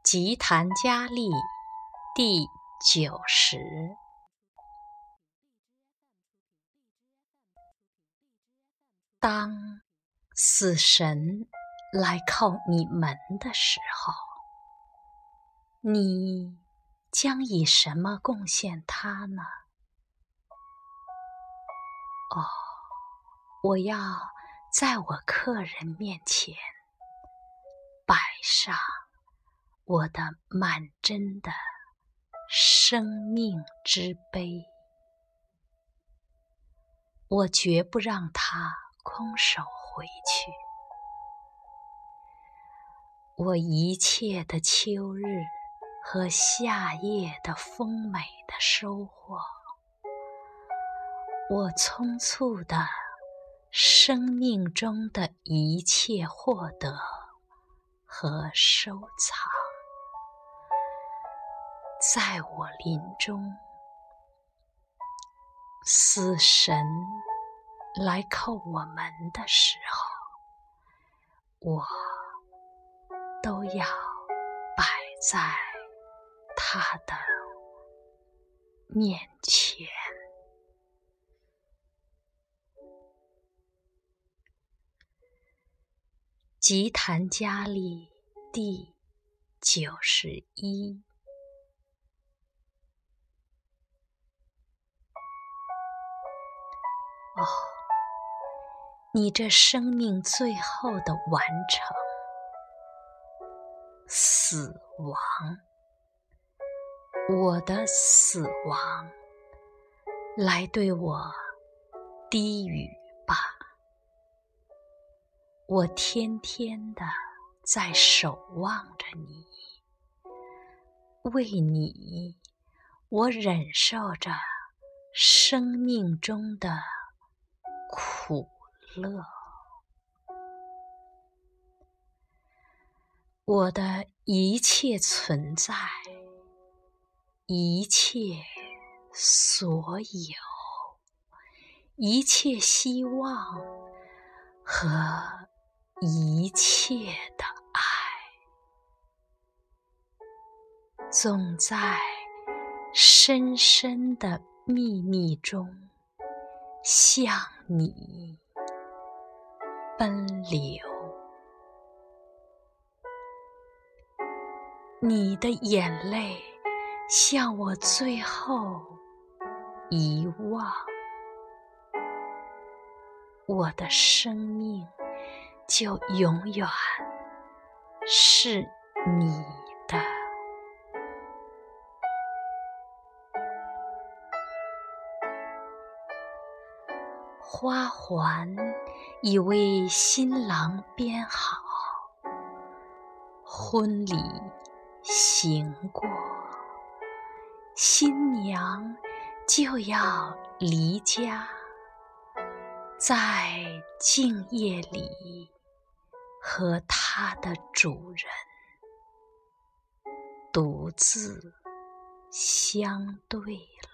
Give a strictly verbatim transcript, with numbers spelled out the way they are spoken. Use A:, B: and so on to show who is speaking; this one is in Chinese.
A: 吉檀迦利第九十。当死神来叩你门的时候，你将以什么贡献他呢？哦，我要在我客人面前摆上我的满真的生命之杯，我绝不让他空手回去。我一切的秋日和夏夜的丰美的收获，我匆促的生命中的一切获得和收藏，在我临终，死神来叩我门的时候，我都要摆在他的面前。吉檀迦利第九十一。哦，你这生命最后的完成，死亡，我的死亡，来对我低语吧。我天天的在守望着你，为你，我忍受着生命中的苦乐。我的一切存在，一切所有，一切希望和一切的爱，总在深深的秘密中向你奔流。你的眼泪向我最后遗忘，我的生命就永远是你的。花环已为新郎编好，婚礼行过，新娘就要离家，在静夜里和她的主人独自相对了。